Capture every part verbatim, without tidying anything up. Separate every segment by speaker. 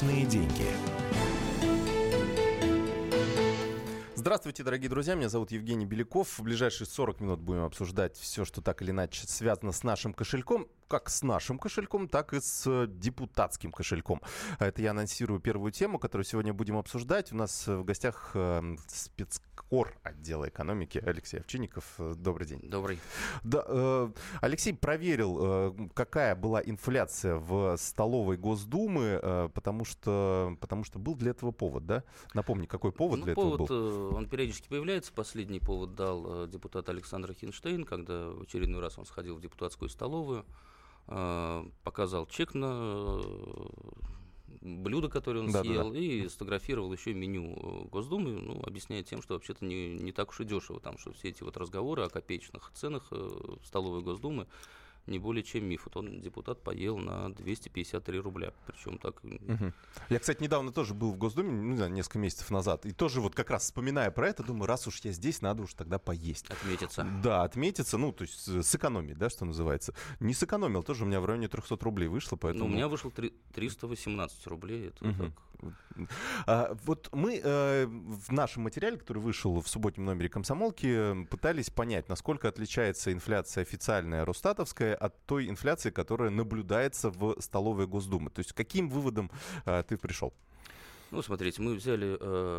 Speaker 1: Личные деньги.
Speaker 2: Здравствуйте, дорогие друзья, меня зовут Евгений Беляков. В ближайшие сорок минут будем обсуждать все, что так или иначе связано с нашим кошельком. Как с нашим кошельком, так и с депутатским кошельком. Это я анонсирую первую тему, которую сегодня будем обсуждать. У нас в гостях спецкор отдела экономики Алексей Овчинников. Добрый день.
Speaker 3: Добрый.
Speaker 2: Да, э, Алексей проверил, э, какая была инфляция в столовой Госдумы, э, потому что, потому что был для этого повод, да? Напомни, какой повод
Speaker 3: ну,
Speaker 2: для
Speaker 3: повод,
Speaker 2: этого был?
Speaker 3: Он периодически появляется. Последний повод дал депутат Александр Хинштейн, когда в очередной раз он сходил в депутатскую столовую, показал чек на блюдо, которое он
Speaker 2: да,
Speaker 3: съел,
Speaker 2: да, да.
Speaker 3: и сфотографировал еще меню Госдумы, ну, объясняя тем, что вообще-то не, не так уж и дешево, там, что все эти вот разговоры о копеечных ценах в столовой Госдумы не более чем миф. Вот он, депутат, поел на двести пятьдесят три рубля. Причем так...
Speaker 2: Угу. Я, кстати, недавно тоже был в Госдуме, ну, не знаю, несколько месяцев назад, и тоже вот как раз вспоминая про это, думаю, раз уж я здесь, надо уж тогда поесть.
Speaker 3: Отметиться.
Speaker 2: Да, отметиться, ну, то есть сэкономить, да, что называется. Не сэкономил, тоже у меня в районе триста рублей вышло, поэтому...
Speaker 3: Ну, у меня вышло триста восемнадцать рублей, это угу. так...
Speaker 2: А, вот мы э, в нашем материале, который вышел в субботнем номере «Комсомолки», пытались понять, насколько отличается инфляция официальная росстатовская от той инфляции, которая наблюдается в столовой Госдумы. То есть каким выводом э, ты пришел?
Speaker 3: Ну, смотрите, мы взяли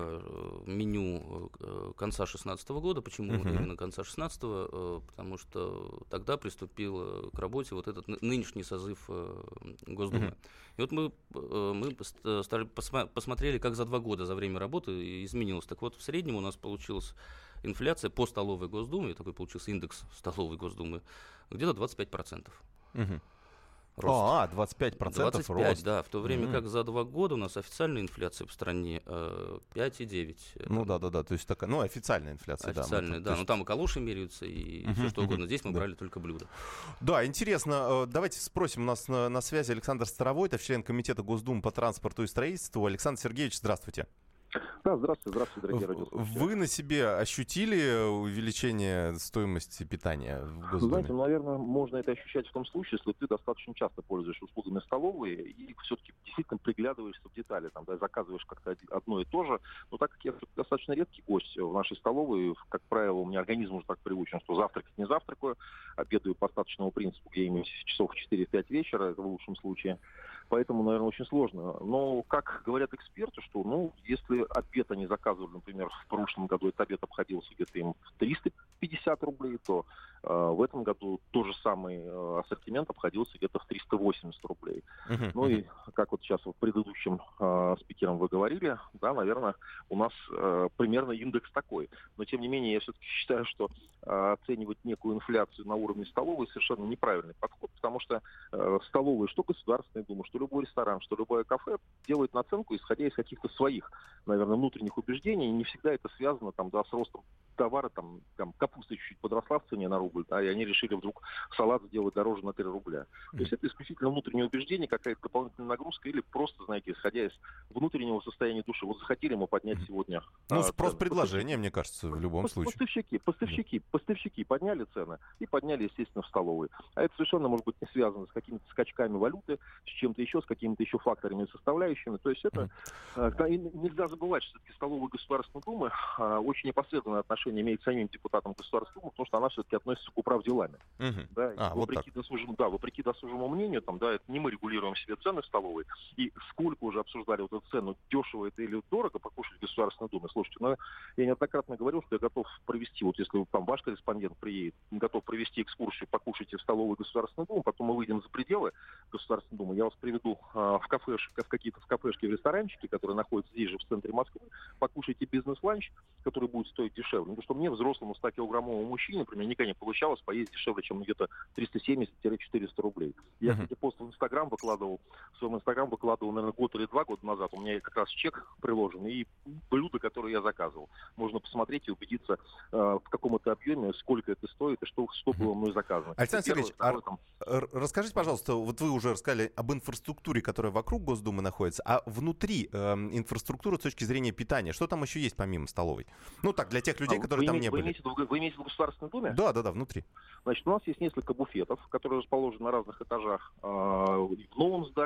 Speaker 3: э, меню э, конца шестнадцатого года. Почему uh-huh. именно конца шестнадцатого? Э, потому что тогда приступил к работе вот этот нынешний созыв э, Госдумы. Uh-huh. И вот мы, э, мы стали, посма- посмотрели, как за два года, за время работы изменилось. Так вот, в среднем у нас получилась инфляция по столовой Госдуме, такой получился индекс столовой Госдумы, где-то двадцать пять процентов. Uh-huh.
Speaker 2: Рост. А, двадцать пять процентов
Speaker 3: двадцать пять,
Speaker 2: рост.
Speaker 3: Да, в то время
Speaker 2: mm-hmm.
Speaker 3: как за два года у нас официальная инфляция в стране э, пять и девять.
Speaker 2: Ну да, да, да, то есть такая, ну официальная инфляция.
Speaker 3: Официальная,
Speaker 2: да.
Speaker 3: да,
Speaker 2: есть...
Speaker 3: ну там и калоши меряются, и mm-hmm. все что угодно. Здесь мы да. брали только блюда.
Speaker 2: Да, интересно, давайте спросим, у нас на, на связи Александр Старовой, это член комитета Госдумы по транспорту и строительству. Александр Сергеевич, здравствуйте.
Speaker 4: Да, здравствуйте, здравствуйте, дорогие радиослушатели.
Speaker 2: Вы на себе ощутили увеличение стоимости питания в Госдуме?
Speaker 4: Знаете, наверное, можно это ощущать в том случае, если ты достаточно часто пользуешься услугами столовой и все-таки действительно приглядываешься в детали, там, да, заказываешь как-то одно и то же. Но так как я достаточно редкий гость в нашей столовой, как правило, у меня организм уже так приучен, что завтракать не завтракаю, обедаю по остаточному принципу где-нибудь часов в четыре-пять вечера, это в лучшем случае. Поэтому, наверное, очень сложно. Но, как говорят эксперты, что, ну, если обед они заказывали, например, в прошлом году этот обед обходился где-то им в триста пятьдесят рублей, то э, в этом году тот же самый э, ассортимент обходился где-то в триста восемьдесят рублей. Uh-huh. Ну и, как вот сейчас вот предыдущим э, спикером вы говорили, да, наверное, у нас э, примерно индекс такой. Но, тем не менее, я все-таки считаю, что э, оценивать некую инфляцию на уровне столовой совершенно неправильный подход, потому что э, столовые, что Государственная Дума, что любой ресторан, что любое кафе делает наценку, исходя из каких-то своих, наверное, внутренних убеждений, и не всегда это связано там, да, с ростом товара, там, там капуста чуть-чуть подросла в цене на рубль, да, и они решили вдруг салат сделать дороже на три рубля. Mm-hmm. То есть это исключительно внутреннее убеждение, какая-то дополнительная нагрузка, или просто, знаете, исходя из внутреннего состояния души. Вот захотели мы поднять mm-hmm. сегодня...
Speaker 2: Ну,
Speaker 4: а,
Speaker 2: спрос предложения, мне кажется, в любом
Speaker 4: Пос-
Speaker 2: случае.
Speaker 4: Поставщики, поставщики, mm-hmm. поставщики подняли цены и подняли, естественно, в столовой. А это совершенно, может быть, не связано с какими-то скачками валюты, с чем-то еще, с какими-то еще факторами и составляющими. То есть это... Mm-hmm. Нельзя забывать, что все-таки столовая Государственной Думы а, очень непосредственное отношение имеет к самим депутатам Государственной Думы, потому что она все-таки относится к управделами. Uh-huh. Да, а, вопреки, вот досужим, да, вопреки досужему мнению, там, да, это не мы регулируем себе цены в столовой, и сколько уже обсуждали вот эту цену, дешево это или дорого покушать в Государственной Думе. Слушайте, ну, я неоднократно говорил, что я готов провести, вот если там ваш корреспондент приедет, готов провести экскурсию, покушайте в столовой Государственной Думы, потом мы выйдем за пределы Государственной Думы, я вас приведу а, в кафешки, в какие-то в кафешки, в ресторанчики, которые находятся здесь же в центре Москвы, покушайте бизнес-ланч, который будет стоить дешевле. Ну, потому что мне, взрослому ста-килограммовому мужчине, например, никогда не получалось поесть дешевле, чем где-то триста семьдесят - четыреста рублей. Я, кстати, пост в Инстаграм выкладывал, в своем Инстаграм выкладывал, наверное, год или два года назад. У меня как раз чек приложен и блюда, которые я заказывал. Можно посмотреть и убедиться, э, в каком это объеме, сколько это стоит и что, что было мной заказано.
Speaker 2: Александр Сергеевич, а там... расскажите, пожалуйста, вот вы уже рассказали об инфраструктуре, которая вокруг Госдумы находится, а внутри э, инфраструктуры с точки зрения питания, что там еще есть помимо столовой? Ну так, для тех людей, а, которые там
Speaker 4: имеете,
Speaker 2: не были.
Speaker 4: Вы имеете, вы имеете в Государственной Думе?
Speaker 2: Да, да, да, внутри.
Speaker 4: Значит, у нас есть несколько буфетов, которые расположены на разных этажах э, в новом здании,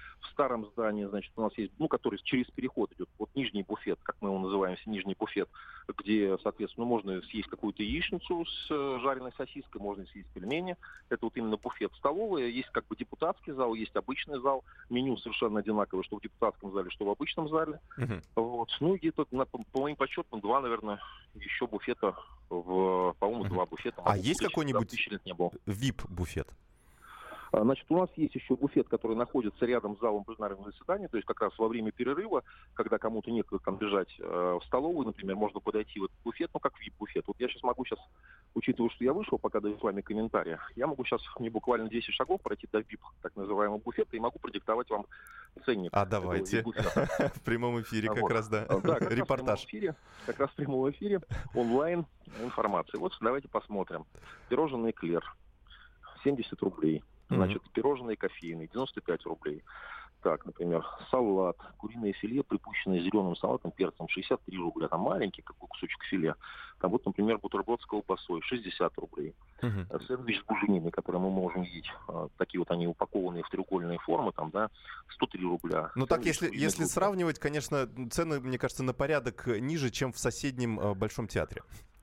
Speaker 4: В старом здании, значит, у нас есть, ну, который через переход идет, вот нижний буфет, как мы его называем, нижний буфет, где, соответственно, можно съесть какую-то яичницу с жареной сосиской, можно съесть пельмени. Это вот именно буфет-столовая. Есть как бы депутатский зал, есть обычный зал. Меню совершенно одинаковое, что в депутатском зале, что в обычном зале. Uh-huh. Вот. Ну и где-то, на, по, по моим подсчетам, два, наверное, еще буфета, в, по-моему, uh-huh. два буфета.
Speaker 2: А есть какой-нибудь ви ай пи-буфет?
Speaker 4: Значит, у нас есть еще буфет, который находится рядом с залом пленарного заседания, то есть как раз во время перерыва, когда кому-то некуда там бежать э, в столовую, например, можно подойти в этот буфет, ну, как ви ай пи-буфет. Вот я сейчас могу сейчас, учитывая, что я вышел, пока даю с вами комментарии, я могу сейчас мне буквально десять шагов пройти до ви ай пи, так называемого буфета, и могу продиктовать вам ценник.
Speaker 2: А давайте. В прямом эфире как раз, да. Репортаж.
Speaker 4: Как раз в прямом эфире онлайн информация. Вот давайте посмотрим. Пирожные «Эклер» семьдесят рублей. Значит, mm-hmm. пирожные кофейные, девяносто пять рублей. Так, например, салат, куриное филе, припущенное зеленым салатом, перцем, шестьдесят три рубля. Там маленький какой кусочек филе. Там вот, например, бутерброд с колбасой, шестьдесят рублей. Mm-hmm. Сэндвич с бужениной, который мы можем видеть. Такие вот они упакованные в треугольные формы, там, да, сто три рубля.
Speaker 2: Ну так, если, если сравнивать, конечно, цены, мне кажется, на порядок ниже, чем в соседнем э, Большом театре.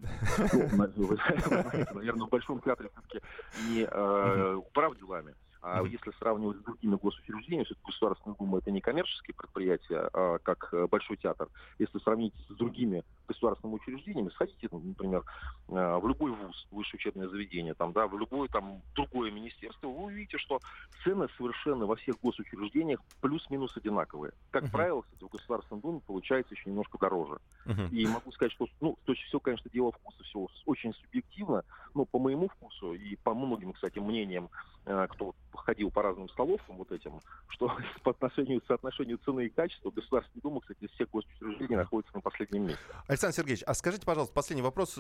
Speaker 4: Ну, наверное, в Большом театре все-таки не управ делами. А mm-hmm. если сравнивать с другими госучреждениями, все-таки Государственная Дума — это не коммерческие предприятия, а как Большой театр. Если сравнить с другими государственными учреждениями, сходите, например, в любой вуз, высшее учебное заведение, там, да, в любое там другое министерство, вы увидите, что цены совершенно во всех госучреждениях плюс-минус одинаковые. Как mm-hmm. правило, кстати, в Государственной Думе получается еще немножко дороже. Mm-hmm. И могу сказать, что, ну, то есть все, конечно, дело вкуса, все очень субъективно, но по моему вкусу и по многим, кстати, мнениям, кто ходил по разным столовкам вот этим, что по отношению к соотношению цены и качества Государственная Дума, кстати, из всех госучреждений находится на последнем месте.
Speaker 2: Александр Сергеевич, а скажите, пожалуйста, последний вопрос.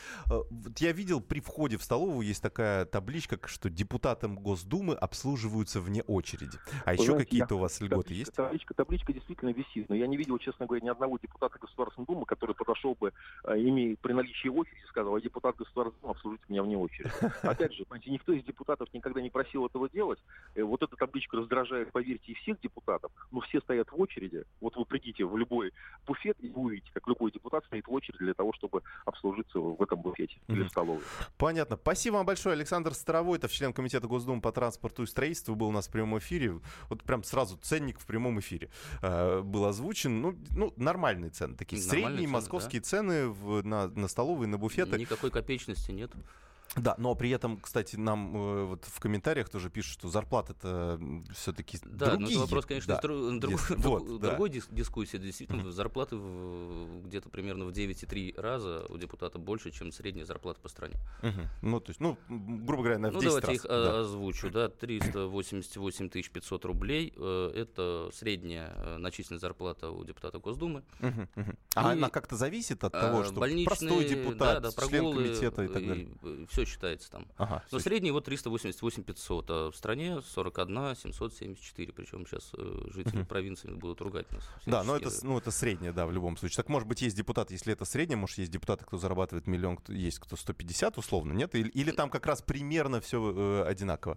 Speaker 2: Я видел, при входе в столовую есть такая табличка, что депутатам Госдумы обслуживаются вне очереди. А еще знаете, какие-то у вас льготы
Speaker 4: табличка,
Speaker 2: есть?
Speaker 4: Табличка, табличка действительно висит, но я не видел, честно говоря, ни одного депутата Государственной Думы, который подошел бы, имея при наличии очереди, сказал: а депутат Государственной Думы, обслужите меня вне очереди. Опять же, понимаете, никто из депутатов никогда не просил этого делать. Вот эта табличка раздражает, поверьте, и всех депутатов, но все стоят в очереди. Вот вы придите в любой буфет, и вы увидите, как любой депутат стоит в очереди для того, чтобы обслужиться в этом буфете mm-hmm. или в столовой.
Speaker 2: Понятно. Спасибо вам большое. Александр Старовойтов, член комитета Госдумы по транспорту и строительству, был у нас в прямом эфире. Вот прям сразу ценник в прямом эфире э, был озвучен. Ну, ну, нормальные цены. Такие нормальные средние цены, московские да? цены в, на, на столовые, на буфеты.
Speaker 3: Никакой копеечности нет.
Speaker 2: Да, но при этом, кстати, нам э, вот в комментариях тоже пишут, что зарплаты-то все-таки
Speaker 3: да,
Speaker 2: другие.
Speaker 3: Да, но это вопрос, конечно, да. друг, друг,
Speaker 2: Yes.
Speaker 3: друг,
Speaker 2: вот,
Speaker 3: другой
Speaker 2: да.
Speaker 3: дис- дискуссии. Действительно, mm-hmm. зарплаты в, где-то примерно в девять целых три раза у депутата больше, чем средняя зарплата по стране.
Speaker 2: Mm-hmm. Ну, то есть, ну, грубо говоря, на в
Speaker 3: ну,
Speaker 2: десять раз.
Speaker 3: Ну, давайте их да. озвучу. Да, триста восемьдесят восемь тысяч пятьсот рублей. Это средняя начисленная зарплата у депутата Госдумы. Mm-hmm. Mm-hmm.
Speaker 2: А она как-то зависит от того, что простой депутат,
Speaker 3: да, да,
Speaker 2: член комитета и так далее?
Speaker 3: И, все считается там.
Speaker 2: Ага,
Speaker 3: но средний вот триста восемьдесят восемь тысяч пятьсот, а в стране сорок один тысяча семьсот семьдесят четыре. Причем сейчас э, жители uh-huh. провинции будут ругать нас.
Speaker 2: Да, но это, ну, это среднее, да, в любом случае. Так, может быть, есть депутаты, если это среднее, может, есть депутаты, кто зарабатывает миллион, кто, есть кто сто пятьдесят, условно, нет? Или, или там как раз примерно все э, одинаково?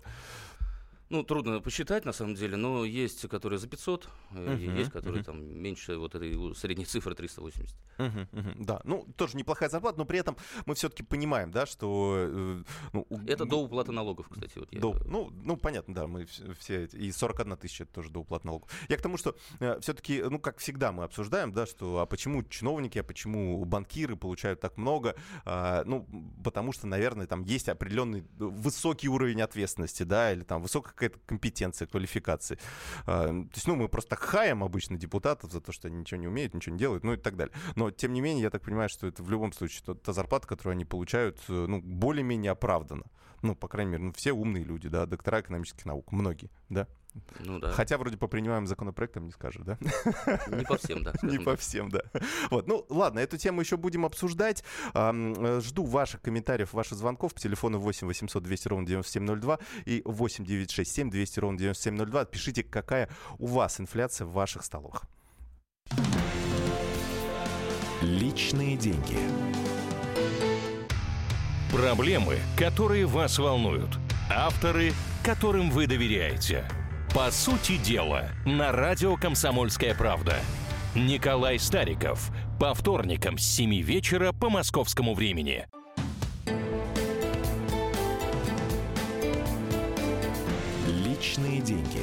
Speaker 3: Ну, трудно посчитать, на самом деле, но есть, которые за пятьсот, uh-huh, и есть, которые uh-huh. там меньше вот этой средней цифры триста восемьдесят.
Speaker 2: Uh-huh, uh-huh, да, ну, тоже неплохая зарплата, но при этом мы все-таки понимаем, да, что... Э, ну,
Speaker 3: это до уплаты налогов, кстати. Вот я...
Speaker 2: до, ну, ну, понятно, да, мы все... И сорок одна тысяча это тоже до уплаты налогов. Я к тому, что э, все-таки, ну, как всегда мы обсуждаем, да, что а почему чиновники, а почему банкиры получают так много? А, ну, потому что, наверное, там есть определенный высокий уровень ответственности, да, или там высокая какая-то компетенция, квалификации. А, то есть, ну, мы просто так хаем обычно депутатов за то, что они ничего не умеют, ничего не делают, ну и так далее. Но, тем не менее, я так понимаю, что это в любом случае та, та зарплата, которую они получают, ну, более-менее оправдана. Ну, по крайней мере, ну, все умные люди, да, доктора экономических наук, многие, да.
Speaker 3: Ну, да.
Speaker 2: Хотя вроде по принимаемым законопроектам не скажешь, да?
Speaker 3: Не по всем, да.
Speaker 2: Не по всем, да. Вот, ну, ладно, эту тему еще будем обсуждать. Жду ваших комментариев, ваших звонков по телефону восемь восемьсот двести ровно девяносто семь ноль два и восемь девятьсот шестьдесят семь двести ровно девяносто семь ноль два. Пишите, какая у вас инфляция в ваших столовых.
Speaker 1: Личные деньги. Проблемы, которые вас волнуют. Авторы, которым вы доверяете.
Speaker 5: По сути дела, на радио «Комсомольская правда». Николай Стариков. По вторникам с семи вечера по московскому времени.
Speaker 1: Личные деньги.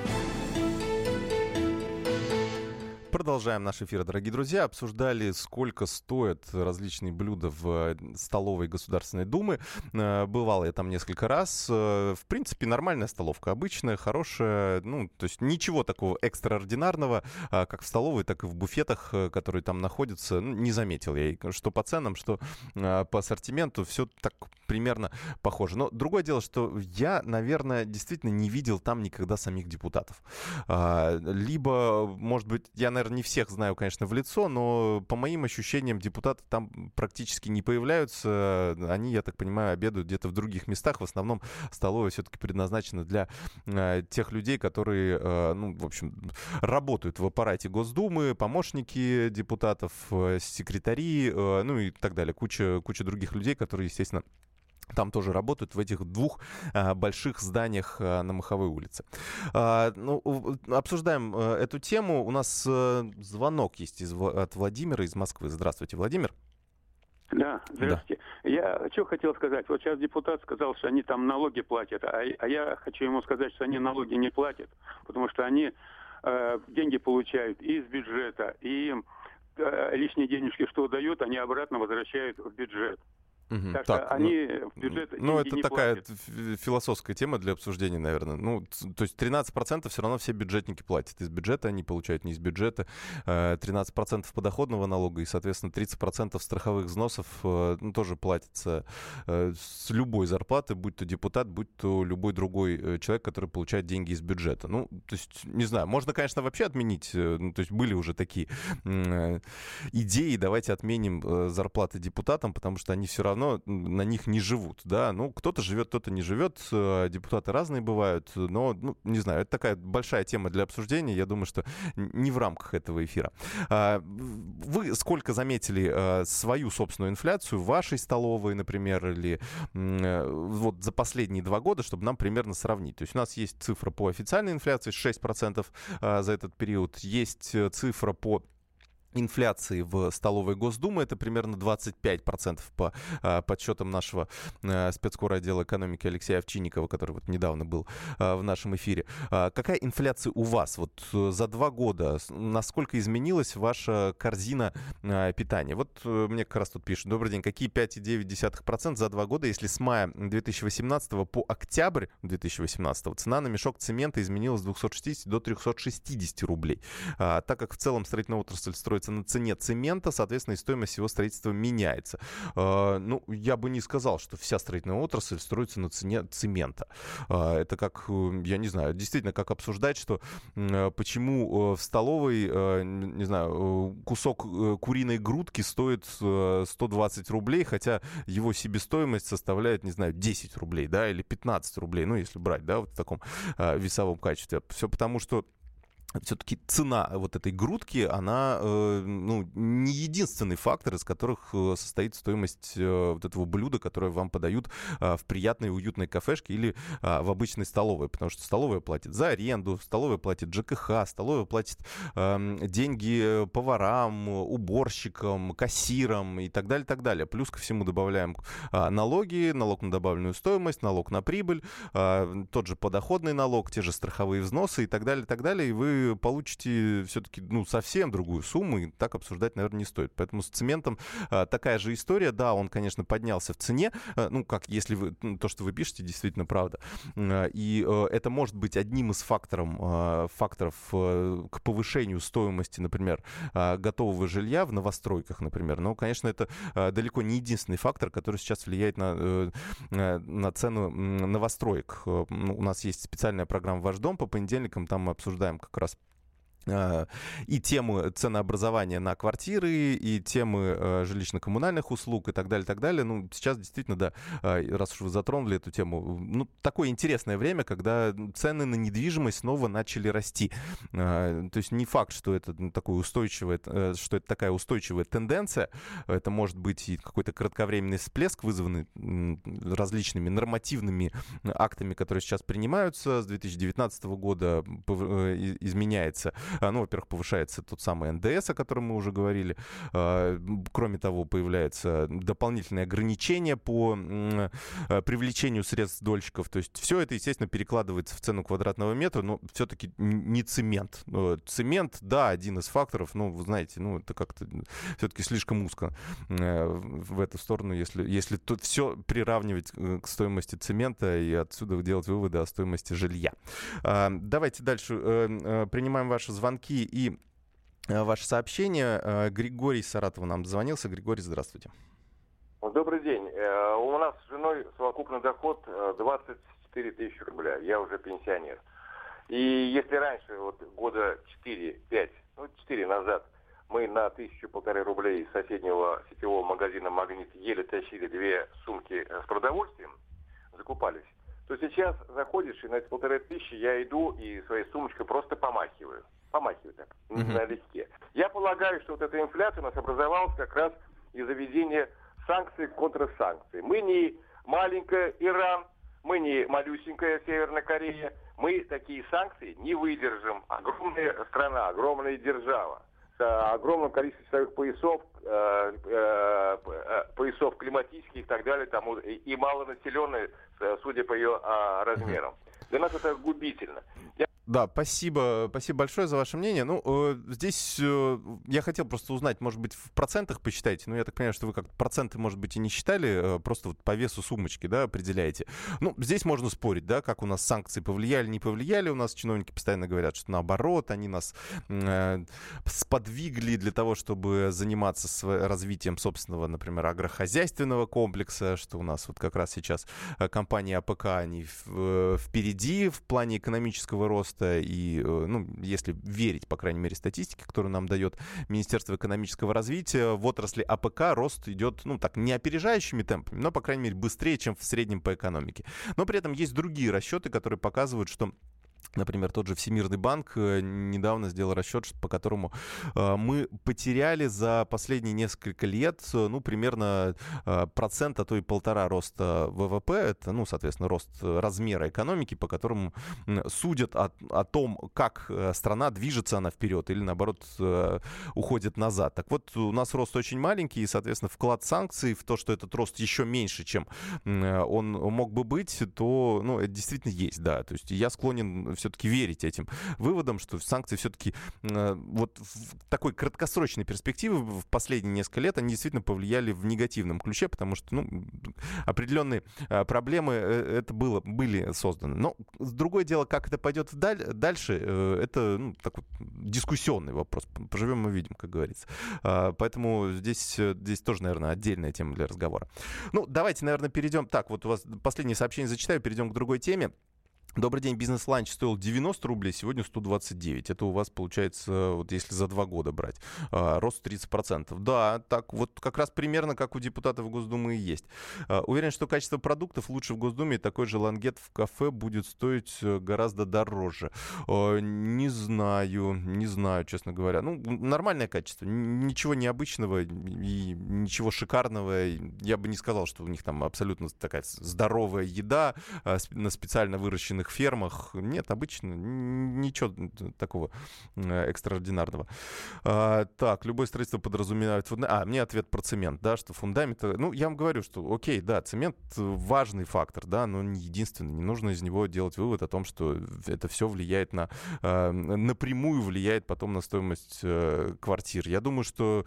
Speaker 2: Продолжаем наш эфир, дорогие друзья. Обсуждали, сколько стоят различные блюда в столовой Государственной Думы. Бывал я там несколько раз. В принципе, нормальная столовка, обычная, хорошая. Ну, то есть ничего такого экстраординарного, как в столовой, так и в буфетах, которые там находятся. Ну, не заметил я, что по ценам, что по ассортименту. Все так примерно похоже. Но другое дело, что я, наверное, действительно не видел там никогда самих депутатов. Либо, может быть, я, наверное, не всех знаю, конечно, в лицо, но по моим ощущениям депутаты там практически не появляются. Они, я так понимаю, обедают где-то в других местах. В основном столовая все-таки предназначена для э, тех людей, которые, э, ну, в общем, работают в аппарате Госдумы, помощники депутатов, э, секретари, э, ну и так далее. Куча, куча других людей, которые, естественно, там тоже работают в этих двух а, больших зданиях а, на Маховой улице. А, ну, обсуждаем а, эту тему. У нас а, звонок есть из, от Владимира из Москвы. Здравствуйте, Владимир.
Speaker 6: Да, здравствуйте. Да. Я что хотел сказать. Вот сейчас депутат сказал, что они там налоги платят, а, а я хочу ему сказать, что они налоги не платят, потому что они э, деньги получают и из бюджета, и э, лишние денежки, что дают, они обратно возвращают в бюджет.
Speaker 2: Угу.
Speaker 6: Так,
Speaker 2: так,
Speaker 6: что они ну, в бюджет
Speaker 2: ну, это
Speaker 6: не
Speaker 2: такая
Speaker 6: платят.
Speaker 2: философская тема для обсуждения, наверное. Ну, то есть тринадцать процентов все равно все бюджетники платят. Из бюджета они получают, не из бюджета. тринадцать процентов подоходного налога и, соответственно, тридцать процентов страховых взносов ну, тоже платятся с любой зарплаты, будь то депутат, будь то любой другой человек, который получает деньги из бюджета. Ну, то есть, не знаю, можно, конечно, вообще отменить. Ну, то есть были уже такие идеи, давайте отменим зарплаты депутатам, потому что они все равно на них не живут, да, ну, кто-то живет, кто-то не живет, депутаты разные бывают, но, ну, не знаю, это такая большая тема для обсуждения, я думаю, что не в рамках этого эфира. Вы сколько заметили свою собственную инфляцию в вашей столовой, например, или вот за последние два года, чтобы нам примерно сравнить? То есть у нас есть цифра по официальной инфляции шесть процентов за этот период, есть цифра по инфляции в столовой Госдумы, это примерно двадцать пять процентов по а, подсчетам нашего а, спецкора отдела экономики Алексея Овчинникова, который вот недавно был а, в нашем эфире. А, какая инфляция у вас вот за два года? Насколько изменилась ваша корзина а, питания? Вот а, мне как раз тут пишут: добрый день, какие пять целых девять десятых процента за два года, если с мая две тысячи восемнадцатого по октябрь две тысячи восемнадцатого цена на мешок цемента изменилась с двухсот шестидесяти до трехсот шестидесяти рублей. А, так как в целом строительная отрасль строится на цене цемента, соответственно, и стоимость его строительства меняется. Э, ну, я бы не сказал, что вся строительная отрасль строится на цене цемента. Э, это как, я не знаю, действительно, как обсуждать, что э, почему в столовой, э, не знаю, кусок э, куриной грудки стоит э, сто двадцать рублей, хотя его себестоимость составляет, не знаю, десять рублей, да, или пятнадцать рублей, ну, если брать, да, вот в таком э, весовом качестве. Все потому, что все-таки цена вот этой грудки, она э, ну, не единственный фактор, из которых э, состоит стоимость э, вот этого блюда, которое вам подают э, в приятной, уютной кафешке или э, в обычной столовой. Потому что столовая платит за аренду, столовая платит ЖКХ, столовая платит э, деньги поварам, уборщикам, кассирам и так далее, так далее. Плюс ко всему добавляем э, налоги, налог на добавленную стоимость, налог на прибыль, э, тот же подоходный налог, те же страховые взносы и так далее, так далее. И вы получите все-таки, ну, совсем другую сумму, и так обсуждать, наверное, не стоит. Поэтому с цементом а, такая же история. Да, он, конечно, поднялся в цене, а, ну, как если вы, ну, то, что вы пишете, действительно правда. А, и а, это может быть одним из факторов, а, факторов а, к повышению стоимости, например, а, готового жилья в новостройках, например. Но, конечно, это а, далеко не единственный фактор, который сейчас влияет на, а, на цену новостроек. А, ну, у нас есть специальная программа «Ваш дом» по понедельникам, там мы обсуждаем как раз и темы ценообразования на квартиры, и темы э, жилищно-коммунальных услуг и так далее, так далее. Ну, сейчас действительно, да, э, раз уж вы затронули эту тему, ну, такое интересное время, когда цены на недвижимость снова начали расти. Э, то есть не факт, что это такое устойчивое, э, что это такая устойчивая тенденция. Это может быть и какой-то кратковременный всплеск, вызванный э, различными нормативными актами, которые сейчас принимаются. С две тысячи девятнадцатого года э, изменяется. Ну, во-первых, повышается тот самый эн дэ эс, о котором мы уже говорили. Кроме того, появляются дополнительные ограничения по привлечению средств дольщиков. То есть все это, естественно, перекладывается в цену квадратного метра, но все-таки не цемент. Цемент, да, один из факторов, но, вы знаете, ну, это как-то все-таки слишком узко в эту сторону, если, если тут все приравнивать к стоимости цемента и отсюда делать выводы о стоимости жилья. Давайте дальше принимаем ваши звонки и ваши сообщения. Григорий из Саратова нам дозвонился. Григорий, здравствуйте.
Speaker 7: Добрый день. У нас с женой совокупный доход двадцать четыре тысячи рублей. Я уже пенсионер. И если раньше, вот года четыре-пять, ну четыре назад, мы на тысячу-полторы рублей из соседнего сетевого магазина «Магнит» еле тащили две сумки с продовольствием, закупались, то сейчас заходишь, и на эти полторы тысячи я иду и своей сумочкой просто помахиваю. Помахиваю так, uh-huh. на легке. Я полагаю, что вот эта инфляция у нас образовалась как раз из-за введения санкций, контрсанкций. Мы не маленькая Иран, мы не малюсенькая Северная Корея. Мы такие санкции не выдержим. Огромная страна, огромная держава. С огромным количеством часовых поясов, э, э, поясов климатических и так далее, там, и, и малонаселенные, судя по ее э, размерам. Для нас это губительно. Я...
Speaker 2: Да, спасибо, спасибо большое за ваше мнение. Ну, э, здесь э, я хотел просто узнать, может быть, в процентах посчитайте. Ну, я так понимаю, что вы как проценты, может быть, и не считали, э, просто вот по весу сумочки, да, определяете. Ну, здесь можно спорить, да, как у нас санкции повлияли, не повлияли. У нас чиновники постоянно говорят, что наоборот, они нас э, сподвигли для того, чтобы заниматься св- развитием собственного, например, агрохозяйственного комплекса, что у нас вот как раз сейчас компания а пэ ка, они в, впереди в плане экономического роста. И, ну, если верить, по крайней мере, статистике, которую нам дает Министерство экономического развития, в отрасли а пэ ка рост идет, ну, так, не опережающими темпами, но, по крайней мере, быстрее, чем в среднем по экономике. Но при этом есть другие расчеты, которые показывают, что, например, тот же Всемирный банк недавно сделал расчет, по которому э, мы потеряли за последние несколько лет, ну, примерно э, процент, а то и полтора роста вэ вэ пэ. Это, ну, соответственно, рост размера экономики, по которому судят о, о том, как страна движется она вперед или, наоборот, э, уходит назад. Так вот, у нас рост очень маленький, и, соответственно, вклад санкций в то, что этот рост еще меньше, чем э, он мог бы быть, то, ну, это действительно есть, да. То есть я склонен все-таки верить этим выводам, что санкции все-таки э, вот в такой краткосрочной перспективе в последние несколько лет они действительно повлияли в негативном ключе, потому что, ну, определенные э, проблемы э, это было, были созданы. Но другое дело, как это пойдет вдаль, дальше, э, это, ну, такой дискуссионный вопрос. Поживем и видим, как говорится. Э, поэтому здесь, здесь тоже, наверное, отдельная тема для разговора. Ну, давайте, наверное, перейдем. Так, вот у вас последнее сообщение зачитаю, перейдем к другой теме. Добрый день, бизнес-ланч стоил девяносто рублей, сегодня сто двадцать девять. Это у вас получается, вот если за два года брать, а, рост тридцать процентов. Да, так вот как раз примерно как у депутатов Госдумы и есть. А, уверен, что качество продуктов лучше в Госдуме, и такой же лангет в кафе будет стоить гораздо дороже. А, не знаю, не знаю, честно говоря. Ну, нормальное качество, ничего необычного и ничего шикарного. Я бы не сказал, что у них там абсолютно такая здоровая еда а, на специально выращенных фермах. Нет, обычно ничего такого экстраординарного. А, так, любое строительство подразумевает... А, мне ответ про цемент, да, что фундамент... Ну, я вам говорю, что, окей, да, цемент важный фактор, да, но не единственный. Не нужно из него делать вывод о том, что это все влияет на... напрямую влияет потом на стоимость квартир. Я думаю, что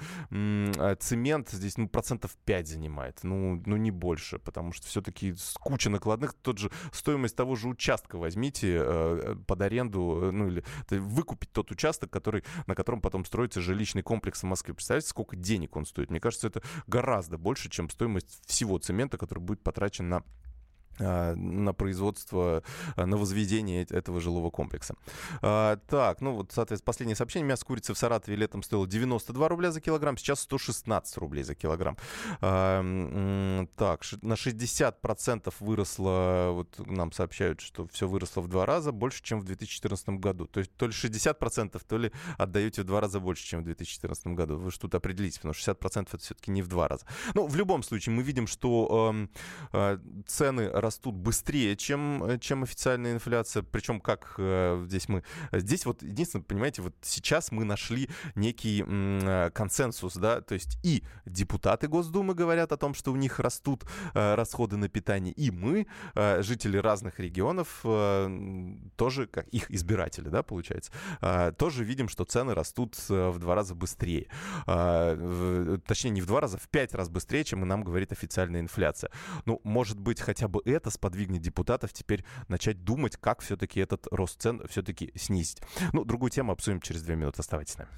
Speaker 2: цемент здесь, ну, процентов пять занимает, ну, ну, не больше, потому что все-таки куча накладных. Тот же стоимость того же участка возьмите э, под аренду, ну или выкупить тот участок, который, на котором потом строится жилищный комплекс в Москве. Представляете, сколько денег он стоит? Мне кажется, это гораздо больше, чем стоимость всего цемента, который будет потрачен на на производство, на возведение этого жилого комплекса. А, так, ну вот, соответственно, последнее сообщение. Мясо курицы в Саратове летом стоило девяносто два рубля за килограмм, сейчас сто шестнадцать рублей за килограмм. А, так, на шестьдесят процентов выросло, вот нам сообщают, что все выросло в два раза больше, чем в две тысячи четырнадцатом году. То есть то ли шестьдесят процентов, то ли отдаете в два раза больше, чем в две тысячи четырнадцатом году. Вы же тут определитесь, потому что шестьдесят процентов это все-таки не в два раза. Ну, в любом случае, мы видим, что э, э, цены растут быстрее, чем, чем официальная инфляция. Причем как э, здесь мы... Здесь вот единственное, понимаете, вот сейчас мы нашли некий м, консенсус, да, то есть и депутаты Госдумы говорят о том, что у них растут э, расходы на питание, и мы, э, жители разных регионов, э, тоже, как их избиратели, да, получается, э, тоже видим, что цены растут э, в два раза быстрее. Э, в, точнее, не в два раза, в пять раз быстрее, чем нам говорит официальная инфляция. Ну, может быть, хотя бы это сподвигнет депутатов теперь начать думать, как все-таки этот рост цен все-таки снизить. Ну, другую тему обсудим через две минуты. Оставайтесь с нами.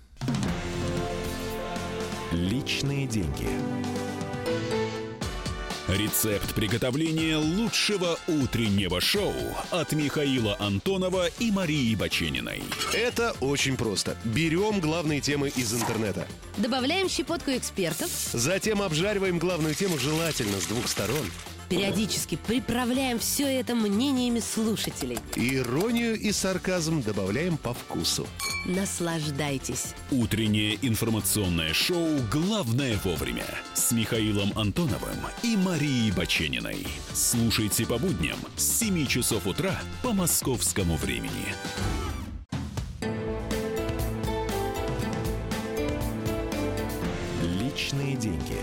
Speaker 1: Личные деньги.
Speaker 8: Рецепт приготовления лучшего утреннего шоу от Михаила Антонова и Марии Бачениной.
Speaker 9: Это очень просто. Берем главные темы из интернета.
Speaker 10: Добавляем щепотку экспертов.
Speaker 9: Затем обжариваем главную тему желательно с двух сторон.
Speaker 10: Периодически приправляем все это мнениями слушателей.
Speaker 9: Иронию и сарказм добавляем по вкусу.
Speaker 10: Наслаждайтесь.
Speaker 8: Утреннее информационное шоу «Главное вовремя» с Михаилом Антоновым и Марией Бачениной. Слушайте по будням с семи часов утра по московскому времени.
Speaker 1: Личные деньги.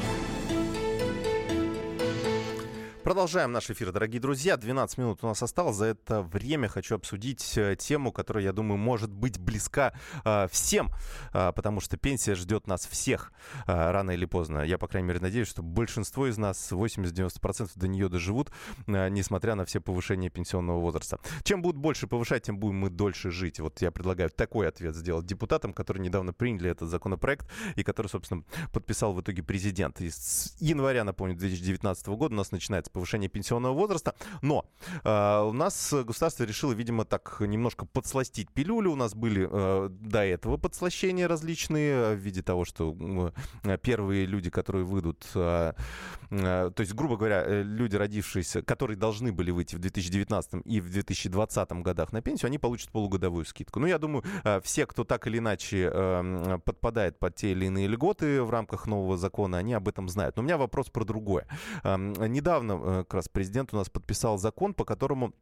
Speaker 2: Продолжаем наш эфир, дорогие друзья. двенадцать минут у нас осталось. За это время хочу обсудить тему, которая, я думаю, может быть близка э, всем, э, потому что пенсия ждет нас всех э, рано или поздно. Я, по крайней мере, надеюсь, что большинство из нас, восемьдесят-девяносто процентов, до нее доживут, э, несмотря на все повышения пенсионного возраста. Чем будут больше повышать, тем будем мы дольше жить. Вот я предлагаю такой ответ сделать депутатам, которые недавно приняли этот законопроект и который, собственно, подписал в итоге президент. И с января, напомню, две тысячи девятнадцатого года у нас начинается повышение пенсионного возраста, но э, у нас государство решило, видимо, так немножко подсластить пилюлю. У нас были э, до этого подслащения различные в виде того, что э, первые люди, которые выйдут, э, э, то есть, грубо говоря, э, люди, родившиеся, которые должны были выйти в две тысячи девятнадцатом и в две тысячи двадцатом годах на пенсию, они получат полугодовую скидку. Ну, я думаю, э, все, кто так или иначе э, подпадает под те или иные льготы в рамках нового закона, они об этом знают. Но у меня вопрос про другое. Э, недавно как раз президент у нас подписал закон, по которому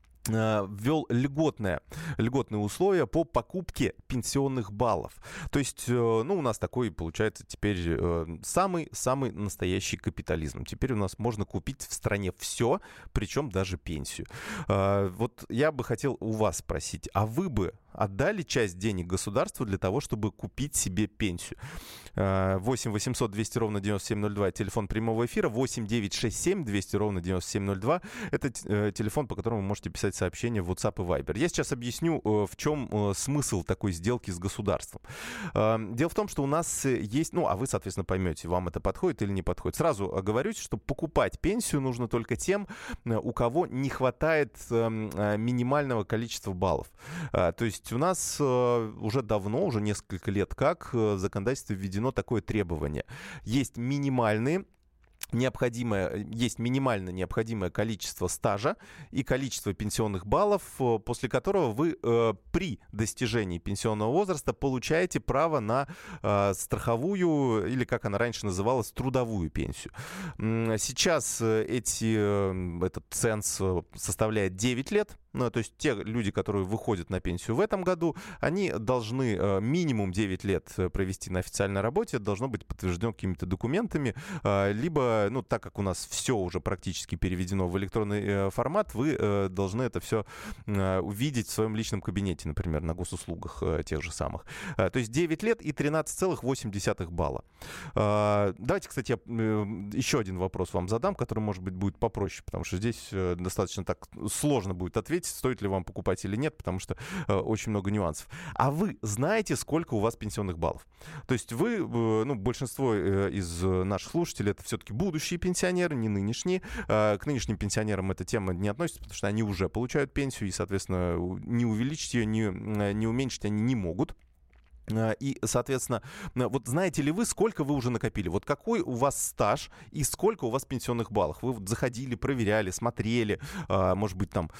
Speaker 2: ввел льготное, льготные условия по покупке пенсионных баллов. То есть, ну, у нас такой, получается, теперь самый-самый настоящий капитализм. Теперь у нас можно купить в стране все, причем даже пенсию. Вот я бы хотел у вас спросить, а вы бы отдали часть денег государству для того, чтобы купить себе пенсию? восемь восемьсот двести ровно девяносто семь ноль два, телефон прямого эфира, восемь девятьсот шестьдесят семь двести ровно девяносто семь ноль два, это телефон, по которому вы можете писать сообщения в WhatsApp и Viber. Я сейчас объясню, в чем смысл такой сделки с государством. Дело в том, что у нас есть, ну, а вы, соответственно, поймете, вам это подходит или не подходит. Сразу оговорюсь, что покупать пенсию нужно только тем, у кого не хватает минимального количества баллов. То есть у нас уже давно, уже несколько лет как в законодательстве введено такое требование. Есть минимальные Необходимое, есть минимально необходимое количество стажа и количество пенсионных баллов, после которого вы э, при достижении пенсионного возраста получаете право на э, страховую, или, как она раньше называлась, трудовую пенсию. Сейчас эти, э, этот ценз составляет девять лет. Ну, то есть те люди, которые выходят на пенсию в этом году, они должны э, минимум девять лет провести на официальной работе. Это должно быть подтверждено какими-то документами. Э, либо, ну, так как у нас все уже практически переведено в электронный э, формат, вы э, должны это все э, увидеть в своем личном кабинете, например, на госуслугах э, тех же самых. Э, то есть девять лет и тринадцать целых восемь десятых балла. Э, давайте, кстати, я э, еще один вопрос вам задам, который, может быть, будет попроще, потому что здесь э, достаточно так сложно будет ответить. смотреть, стоит ли вам покупать или нет, потому что э, очень много нюансов. А вы знаете, сколько у вас пенсионных баллов? То есть вы, э, ну, большинство э, из наших слушателей, это все-таки будущие пенсионеры, не нынешние. Э, к нынешним пенсионерам эта тема не относится, потому что они уже получают пенсию, и, соответственно, не увеличить ее, не, не уменьшить они не могут. И, соответственно, вот знаете ли вы, сколько вы уже накопили? Вот какой у вас стаж и сколько у вас пенсионных баллов? Вы вот заходили, проверяли, смотрели, может быть, там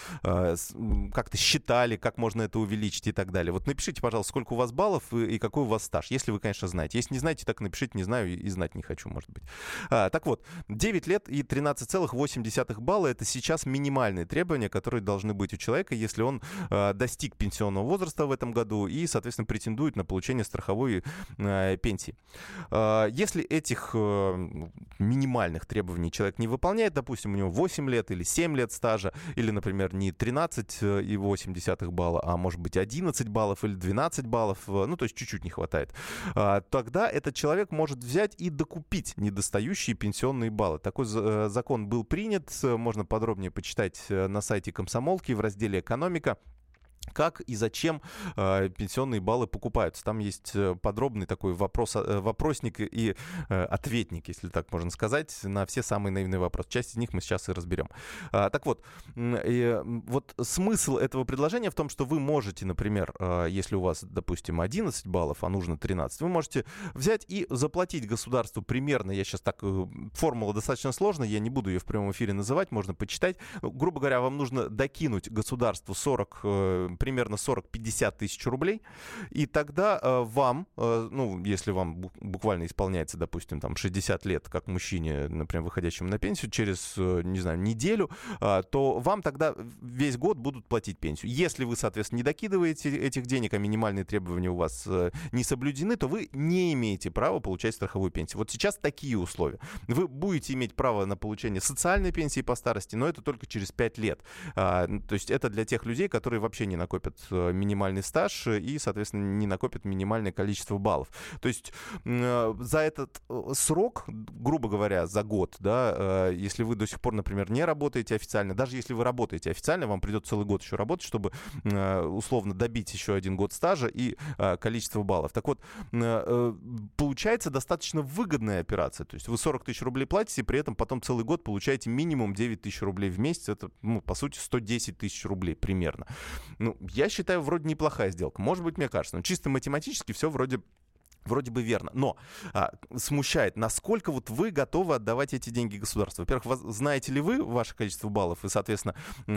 Speaker 2: как-то считали, как можно это увеличить и так далее. Вот напишите, пожалуйста, сколько у вас баллов и какой у вас стаж, если вы, конечно, знаете. Если не знаете, так напишите, не знаю и знать не хочу, может быть. Так вот, девять лет и тринадцать целых восемь десятых балла — это сейчас минимальные требования, которые должны быть у человека, если он достиг пенсионного возраста в этом году и, соответственно, претендует на получение страховой э, пенсии. Э, если этих э, минимальных требований человек не выполняет, допустим, у него восемь лет или семь лет стажа, или, например, не тринадцать и восемь десятых балла, а может быть одиннадцать баллов или двенадцать баллов, э, ну, то есть чуть-чуть не хватает, э, тогда этот человек может взять и докупить недостающие пенсионные баллы. Такой э, закон был принят, можно подробнее почитать на сайте Комсомолки в разделе «Экономика». Как и зачем э, пенсионные баллы покупаются. Там есть подробный такой вопрос, э, вопросник и э, ответник, если так можно сказать, на все самые наивные вопросы. Часть из них мы сейчас и разберем. А, так вот, э, вот смысл этого предложения в том, что вы можете, например, э, если у вас, допустим, одиннадцать баллов, а нужно тринадцать, вы можете взять и заплатить государству примерно, я сейчас так, э, формула достаточно сложная, я не буду ее в прямом эфире называть, можно почитать. Ну, грубо говоря, вам нужно докинуть государству сорок э, примерно сорок-пятьдесят тысяч рублей, и тогда э, вам, э, ну, если вам буквально исполняется, допустим, там шестьдесят лет, как мужчине, например, выходящему на пенсию, через, э, не знаю, неделю, э, то вам тогда весь год будут платить пенсию. Если вы, соответственно, не докидываете этих денег, а минимальные требования у вас э, не соблюдены, то вы не имеете права получать страховую пенсию. Вот сейчас такие условия. Вы будете иметь право на получение социальной пенсии по старости, но это только через пять лет. Э, то есть это для тех людей, которые вообще не накопят минимальный стаж и, соответственно, не накопят минимальное количество баллов. То есть э, за этот срок, грубо говоря, за год, да, э, если вы до сих пор, например, не работаете официально, даже если вы работаете официально, вам придется целый год еще работать, чтобы э, условно добить еще один год стажа и э, количество баллов. Так вот, э, получается достаточно выгодная операция. То есть вы сорок тысяч рублей платите, при этом потом целый год получаете минимум девять тысяч рублей в месяц. Это, ну, по сути, сто десять тысяч рублей примерно. Ну, я считаю, вроде неплохая сделка. Может быть, мне кажется. Но чисто математически все вроде... Вроде бы верно, но а, смущает, насколько вот вы готовы отдавать эти деньги государству. Во-первых, вас, знаете ли вы ваше количество баллов и, соответственно,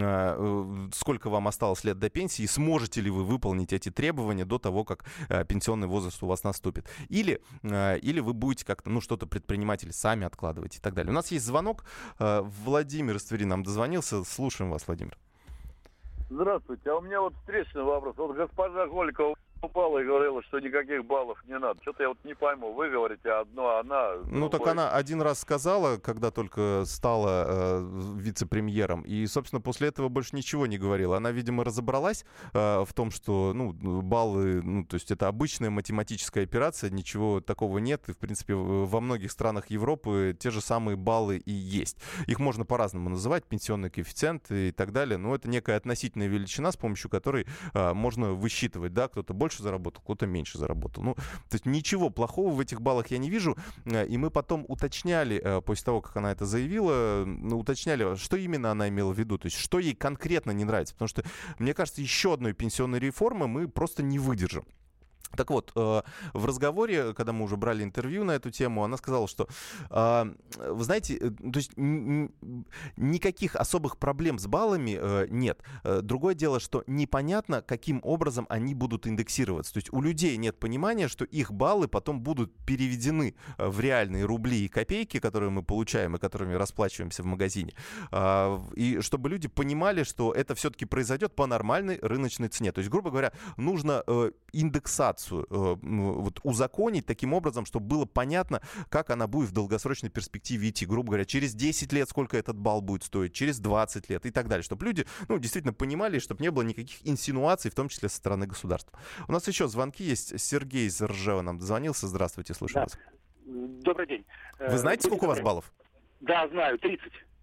Speaker 2: а, сколько вам осталось лет до пенсии, и сможете ли вы выполнить эти требования до того, как а, пенсионный возраст у вас наступит. Или, а, или вы будете как-то, ну, что-то предприниматели сами откладывать и так далее. У нас есть звонок. А, Владимир из Твери нам дозвонился. Слушаем вас, Владимир.
Speaker 11: Здравствуйте. А у меня вот встречный вопрос. Вот госпожа Голикова упала и говорила, что никаких баллов не надо. Что-то я вот не пойму. Вы говорите одно, а она...
Speaker 2: Ну, так она один раз сказала, когда только стала э, вице-премьером, и, собственно, после этого больше ничего не говорила. Она, видимо, разобралась э, в том, что, ну, баллы, ну, то есть это обычная математическая операция, ничего такого нет, и, в принципе, во многих странах Европы те же самые баллы и есть. Их можно по-разному называть, пенсионный коэффициент и так далее, но это некая относительная величина, с помощью которой э, можно высчитывать, да, кто-то больше заработал, кто-то меньше заработал. Ну, то есть ничего плохого в этих баллах я не вижу. И мы потом уточняли, после того, как она это заявила, ну, уточняли, что именно она имела в виду, то есть что ей конкретно не нравится. Потому что, мне кажется, еще одной пенсионной реформы мы просто не выдержим. Так вот, э, в разговоре, когда мы уже брали интервью на эту тему, она сказала, что, э, вы знаете, э, то есть н- н- никаких особых проблем с баллами э, нет. Э, другое дело, что непонятно, каким образом они будут индексироваться. То есть у людей нет понимания, что их баллы потом будут переведены в реальные рубли и копейки, которые мы получаем и которыми расплачиваемся в магазине. Э, и чтобы люди понимали, что это все-таки произойдет по нормальной рыночной цене. То есть, грубо говоря, нужно э, индексацию вот, узаконить таким образом, чтобы было понятно, как она будет в долгосрочной перспективе идти. Грубо говоря, через десять лет сколько этот балл будет стоить, через двадцать лет и так далее. Чтобы люди, ну, действительно понимали, чтобы не было никаких инсинуаций, в том числе со стороны государства. У нас еще звонки есть. Сергей из Ржева нам дозвонился. Здравствуйте, слушаю
Speaker 12: да.
Speaker 2: вас.
Speaker 12: Добрый день.
Speaker 2: Вы знаете, сколько у вас баллов?
Speaker 12: Да, знаю, тридцать.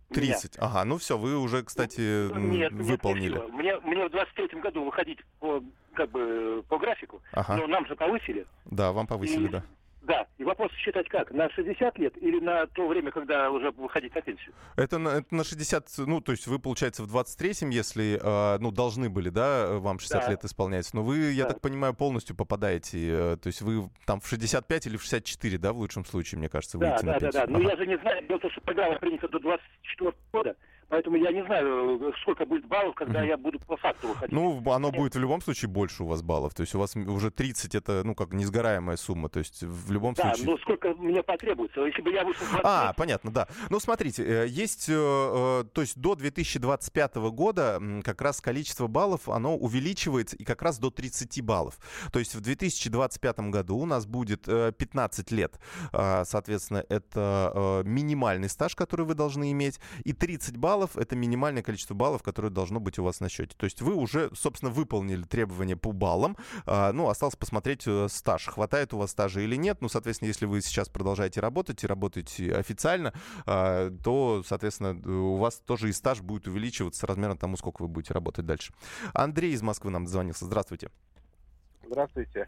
Speaker 2: тридцать. Меня. Ага, ну все, вы уже, кстати,
Speaker 12: нет,
Speaker 2: выполнили.
Speaker 12: Нет, мне, мне в двадцать третьем году выходить по, как бы, по графику, ага. но нам же повысили.
Speaker 2: Да, вам повысили,
Speaker 12: и,
Speaker 2: да.
Speaker 12: Да, и вопрос считать как? На шестьдесят лет или на то время, когда уже выходить на пенсию?
Speaker 2: Это на, это на шестьдесят, ну, то есть вы, получается, в двадцать третьем, если, э, ну, должны были, да, вам шестьдесят да. лет исполняется, но вы, я да. так понимаю, полностью попадаете, э, то есть вы там в шестьдесят пять или в шестьдесят четыре, да, в лучшем случае, мне кажется,
Speaker 12: да,
Speaker 2: выйдете
Speaker 12: да,
Speaker 2: на
Speaker 12: пенсию. Да, да, да,
Speaker 2: ага.
Speaker 12: но я же не знаю, дело в том, что программа принята до двадцать четвёртого года. Поэтому я не знаю, сколько будет баллов, когда uh-huh. я буду по факту выходить.
Speaker 2: Ну, оно будет в любом случае больше у вас баллов. То есть у вас уже тридцать, это, ну, как несгораемая сумма. То есть в любом
Speaker 12: да,
Speaker 2: случае...
Speaker 12: Да, но сколько мне потребуется? Если бы я вышел... двадцать...
Speaker 2: А, понятно, да. Ну, смотрите, есть... То есть до две тысячи двадцать пятого года как раз количество баллов, оно увеличивается и как раз до тридцати баллов. То есть в две тысячи двадцать пятом году у нас будет пятнадцать лет. Соответственно, это минимальный стаж, который вы должны иметь. И тридцать баллов — это минимальное количество баллов, которое должно быть у вас на счете. То есть вы уже, собственно, выполнили требования по баллам. А, ну, осталось посмотреть стаж. Хватает у вас стажа или нет. Ну, соответственно, если вы сейчас продолжаете работать и работаете официально, а, то, соответственно, у вас тоже и стаж будет увеличиваться размерно тому, сколько вы будете работать дальше. Андрей из Москвы нам дозвонился. Здравствуйте.
Speaker 13: Здравствуйте.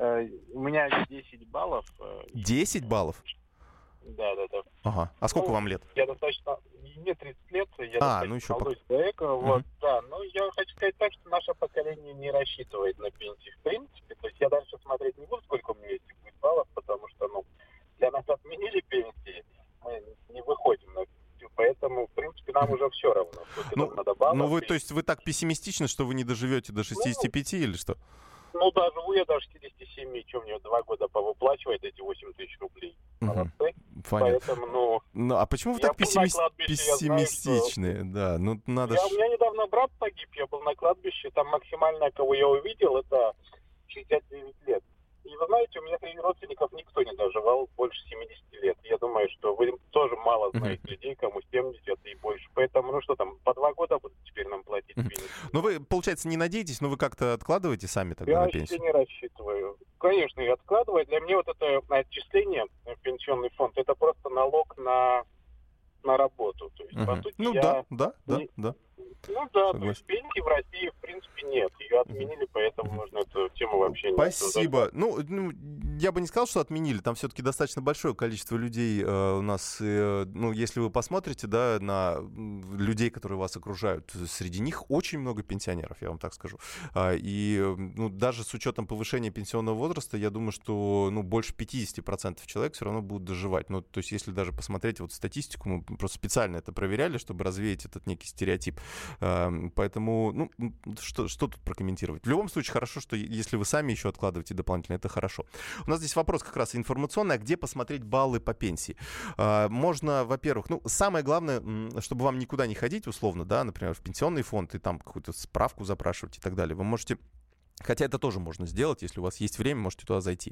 Speaker 13: У меня десять баллов.
Speaker 2: десять баллов?
Speaker 13: Да, да, да.
Speaker 2: Ага. А сколько ну, вам лет?
Speaker 13: Я достаточно... Мне тридцать лет, я
Speaker 2: а, ну еще
Speaker 13: молодой человек. Uh-huh. Вот, да. Но я хочу сказать так, что наше поколение не рассчитывает на пенсии в принципе. То есть я дальше смотреть не буду, сколько у меня есть баллов, потому что, ну, для нас отменили пенсии, мы не выходим на пенсию, поэтому, в принципе, нам уже все равно.
Speaker 2: Ну, надо баллов, ну вы, и... то есть вы так пессимистичны, что вы не доживете до шестидесяти пяти ну, или что?
Speaker 13: Ну, доживу я до шестидесяти семи, что мне два года повыплачивает эти восемь тысяч рублей. Молодцы.
Speaker 2: Понятно.
Speaker 13: Поэтому, ну...
Speaker 2: ну... А почему вы так пессими... пессимистичны? Знаю, что... Да, ну надо...
Speaker 13: Я, у меня недавно брат погиб, я был на кладбище, там максимально, кого я увидел, это шестьдесят девять лет. И вы знаете, у меня среди родственников никто не доживал больше семидесяти лет. Я думаю, что вы тоже мало знаете uh-huh. людей, кому семьдесят и больше. Поэтому, ну что там, по два года будут теперь нам платить
Speaker 2: uh-huh.
Speaker 13: пенсию.
Speaker 2: Ну вы, получается, не надеетесь, но вы как-то откладываете сами тогда
Speaker 13: я
Speaker 2: на пенсию?
Speaker 13: Я не рассчитываю. Конечно, я откладываю. Для меня вот это отчисление в пенсионный фонд, это просто налог на, на работу. То есть, uh-huh. по сути,
Speaker 2: ну
Speaker 13: я
Speaker 2: да, да,
Speaker 13: не...
Speaker 2: да, да.
Speaker 13: Ну да, Согласен. То есть пенсии в России, в принципе, нет. Ее отменили, поэтому можно эту тему вообще не
Speaker 2: Спасибо. Ну, ну, я бы не сказал, что отменили. Там все-таки достаточно большое количество людей э, у нас. Э, ну, если вы посмотрите, да, на людей, которые вас окружают, среди них очень много пенсионеров, я вам так скажу. А, и ну, даже с учетом повышения пенсионного возраста, я думаю, что ну, больше пятьдесят процентов человек все равно будут доживать. Ну, то есть, если даже посмотреть вот статистику, мы просто специально это проверяли, чтобы развеять этот некий стереотип. Поэтому, ну, что, что тут прокомментировать? В любом случае, хорошо, что если вы сами еще откладываете дополнительно, это хорошо. У нас здесь вопрос как раз информационный, а где посмотреть баллы по пенсии? Можно, во-первых, ну, самое главное, чтобы вам никуда не ходить, условно, да, например, в пенсионный фонд, и там какую-то справку запрашивать и так далее. Вы можете, хотя это тоже можно сделать, если у вас есть время, можете туда зайти.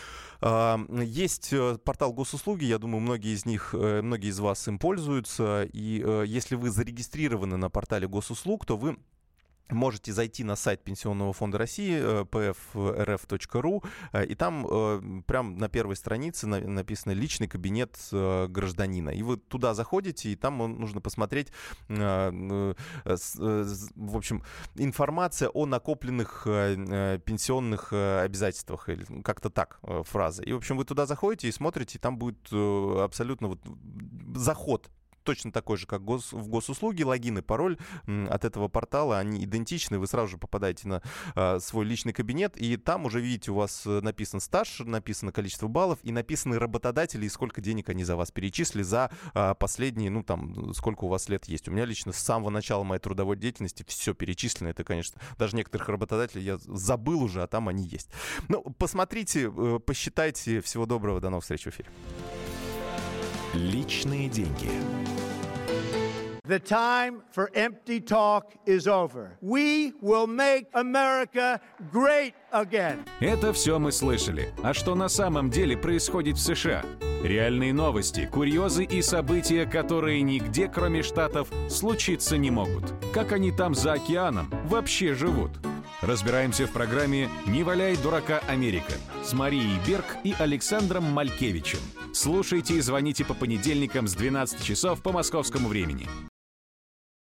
Speaker 2: Есть портал госуслуги, я думаю, многие из них, многие из вас им пользуются, и если вы зарегистрированы на портале госуслуг, то вы можете зайти на сайт Пенсионного фонда России пэ эф эр эф точка ру, и там прям на первой странице написано «Личный кабинет гражданина». И вы туда заходите, и там нужно посмотреть, в общем, информация о накопленных пенсионных обязательствах, или как-то так фраза. И, в общем, вы туда заходите и смотрите, и там будет абсолютно вот заход точно такой же, как гос, в госуслуги, логин и пароль от этого портала, они идентичны, вы сразу же попадаете на а, свой личный кабинет, и там уже, видите, у вас написан стаж, написано количество баллов, и написаны работодатели, и сколько денег они за вас перечислили за а, последние, ну, там, сколько у вас лет есть. У меня лично с самого начала моей трудовой деятельности все перечислено, это, конечно, даже некоторых работодателей я забыл уже, а там они есть. Ну, посмотрите, посчитайте. Всего доброго, до новых встреч в эфире.
Speaker 1: Личные деньги.
Speaker 14: The time for empty talk is over. We will make America great again.
Speaker 15: Это все мы слышали. А что на самом деле происходит в США? Реальные новости, курьезы и события, которые нигде, кроме Штатов, случиться не могут. Как они там за океаном вообще живут? Разбираемся в программе «Не валяй дурака, Америка» с Марией Берг и Александром Малькевичем. Слушайте и звоните по понедельникам с двенадцати часов по московскому времени.